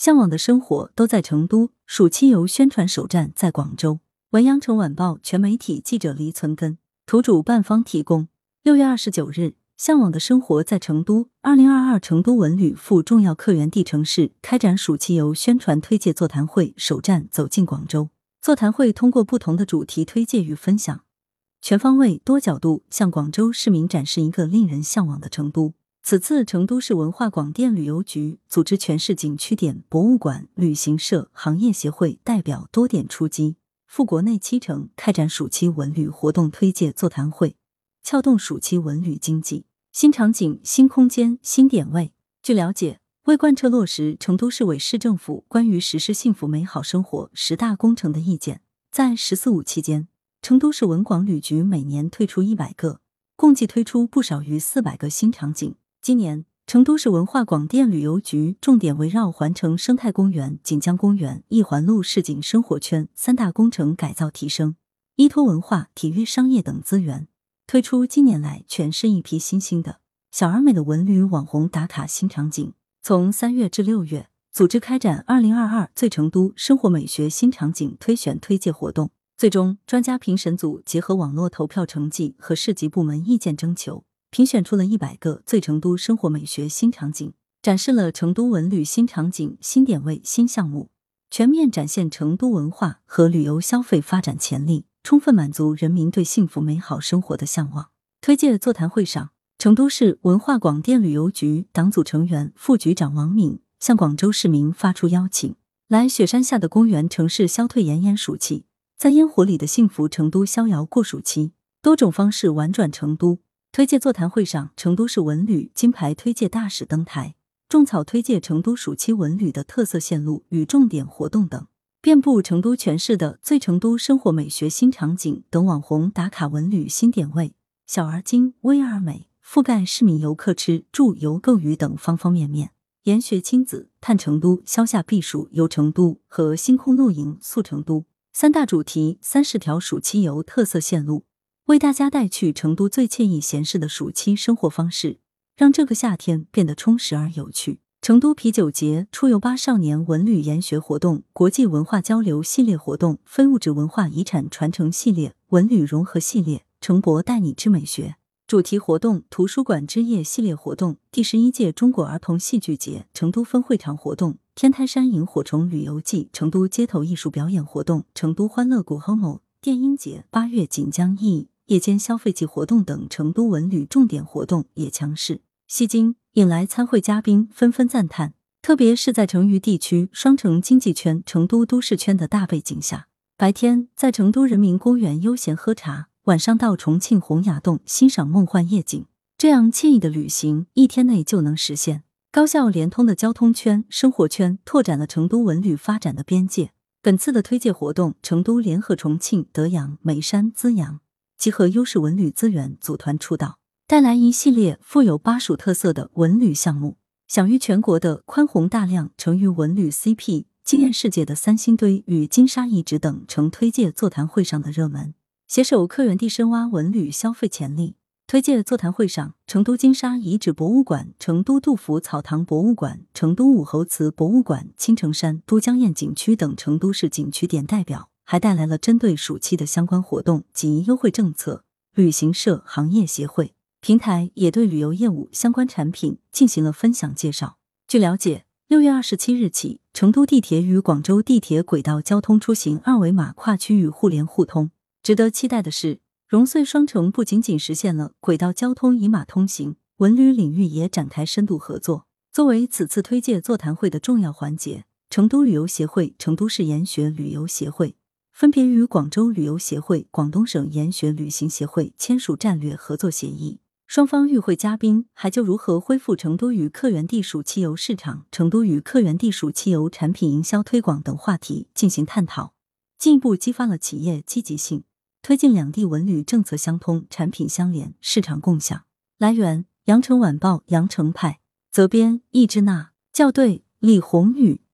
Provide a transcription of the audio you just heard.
向往的生活都在成都，暑期游宣传首站在广州。文阳城晚报全媒体记者黎存根，图主办方提供。6月29日，向往的生活在成都2022成都文旅赴重要客源地城市开展暑期游宣传推介座谈会首站走进广州。座谈会通过不同的主题推介与分享，全方位多角度向广州市民展示一个令人向往的成都。此次成都市文化广电旅游局组织全市景区点、博物馆、旅行社、行业协会代表多点出击，赴国内7城开展暑期文旅活动推介座谈会，撬动暑期文旅经济。新场景、新空间、新点位。据了解，为贯彻落实成都市委市政府关于实施幸福美好生活10大工程的意见，在“14·5”期间，成都市文广旅局每年推出100个，共计推出不少于400个新场景。今年，成都市文化广电旅游局重点围绕环城生态公园、锦江公园、一环路市井生活圈3大工程改造提升，依托文化、体育、商业等资源，推出近年来全市一批新兴的小而美的文旅网红打卡新场景。从3月至6月，组织开展2022最成都生活美学新场景推选推介活动，最终专家评审组结合网络投票成绩和市级部门意见征求，评选出了100个最成都生活美学新场景，展示了成都文旅新场景、新点位、新项目，全面展现成都文化和旅游消费发展潜力，充分满足人民对幸福美好生活的向往。推介座谈会上，成都市文化广电旅游局党组成员、副局长王敏向广州市民发出邀请，来雪山下的公园城市消退炎炎暑气，在烟火里的幸福成都逍遥过暑期，多种方式玩转成都。推介座谈会上，成都市文旅金牌推介大使登台，种草推介成都暑期文旅的特色线路与重点活动等，遍布成都全市的最成都生活美学新场景等网红打卡文旅新点位，小而精，微而美，覆盖市民游客吃住游购娱等方方面面。研学亲子、探成都、消夏避暑、游成都和星空露营塑成都3大主题30条暑期游特色线路，为大家带去成都最惬意闲适的暑期生活方式，让这个夏天变得充实而有趣。成都啤酒节、出游吧少年文旅研学活动、国际文化交流系列活动、非物质文化遗产传承系列、文旅融合系列、成博带你知美学主题活动、图书馆之夜系列活动、第11届中国儿童戏剧节成都分会场活动、天台山萤火虫旅游季成都街头艺术表演活动、成都欢乐谷 HOMO 电音节、8月锦江艺夜间消费季活动等成都文旅重点活动也强势吸睛，引来参会嘉宾纷纷赞叹。特别是在成渝地区双城经济圈、成都都市圈的大背景下，白天在成都人民公园悠闲喝茶，晚上到重庆洪崖洞欣赏梦幻夜景，这样惬意的旅行1天内就能实现。高效联通的交通圈、生活圈拓展了成都文旅发展的边界。本次的推介活动，成都联合重庆、德阳、眉山、资阳集合优势文旅资源组团出道，带来一系列富有巴蜀特色的文旅项目。享誉全国的宽宏大量成渝文旅 CP， 惊艳世界的三星堆与金沙遗址等成推介座谈会上的热门。携手客源地深挖文旅消费潜力。推介座谈会上，成都金沙遗址博物馆、成都杜甫草堂博物馆、成都武侯祠博物馆、青城山、都江堰景区等成都市景区点代表还带来了针对暑期的相关活动及优惠政策，旅行社、行业协会、平台也对旅游业务相关产品进行了分享介绍。据了解，6月27日起，成都地铁与广州地铁轨道交通出行二维码跨区域互联互通。值得期待的是，融穗双城不仅仅实现了轨道交通一码通行，文旅领域也展开深度合作。作为此次推介座谈会的重要环节，成都旅游协会、成都市研学旅游协会分别与广州旅游协会、广东省研学旅行协会签署战略合作协议。双方与会嘉宾还就如何恢复成都与客源地暑期游市场、成都与客源地暑期游产品营销推广等话题进行探讨，进一步激发了企业积极性，推进两地文旅政策相通、产品相连、市场共享。来源：羊城晚报羊城派，责编：易之娜，校对：李红宇。